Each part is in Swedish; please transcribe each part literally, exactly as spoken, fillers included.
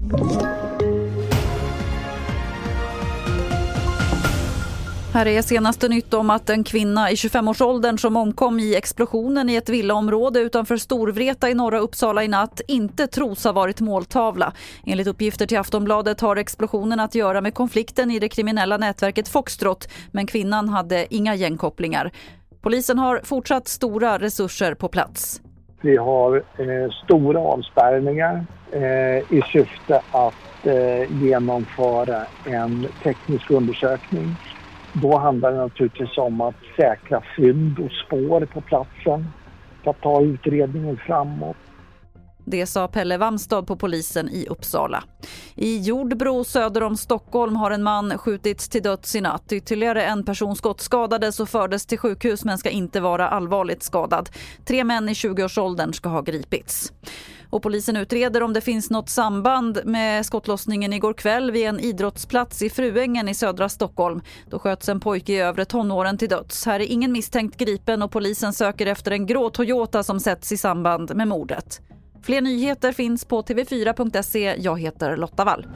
Här är senaste nytt om att en kvinna i tjugofemårsåldern som omkom i explosionen i ett villaområde utanför Storvreta i norra Uppsala i natt inte tros ha varit måltavla. Enligt uppgifter till Aftonbladet har explosionen att göra med konflikten i det kriminella nätverket Foxtrot, men kvinnan hade inga gängkopplingar. Polisen har fortsatt stora resurser på plats. Vi har eh, stora avspärrningar eh, i syfte att eh, genomföra en teknisk undersökning. Då handlar det naturligtvis om att säkra fynd och spår på platsen för att ta utredningen framåt. Det sa Pelle Wamstad på polisen i Uppsala. I Jordbro söder om Stockholm har en man skjutits till döds i natt. Ytterligare en person skottskadades och fördes till sjukhus men ska inte vara allvarligt skadad. Tre män i tjugoårsåldern ska ha gripits. Och polisen utreder om det finns något samband med skottlossningen igår kväll vid en idrottsplats i Fruängen i södra Stockholm. Då sköts en pojke i övre tonåren till döds. Här är ingen misstänkt gripen och polisen söker efter en grå Toyota som sätts i samband med mordet. Fler nyheter finns på t v fyra punkt se. Jag heter Lotta Wall.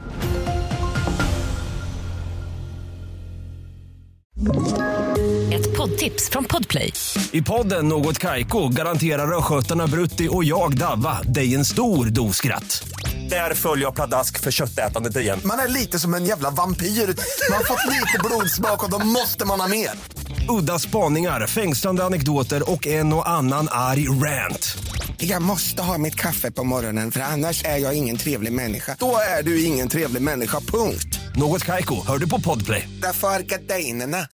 Ett poddtips från Podplay. I podden Något Kaiko garanterar röskötarna Brutti och jag Davva dig en stor doskratt. Där följer jag pladask för köttätandet igen. Man är lite som en jävla vampyr. Man har fått lite blodsmak och då måste man ha mer. Udda spaningar, fängslande anekdoter och en och annan arg rant. Jag måste ha mitt kaffe på morgonen för annars är jag ingen trevlig människa. Då är du ingen trevlig människa, punkt. Något Kaiko, hör du på Podplay. Därför är gardinerna.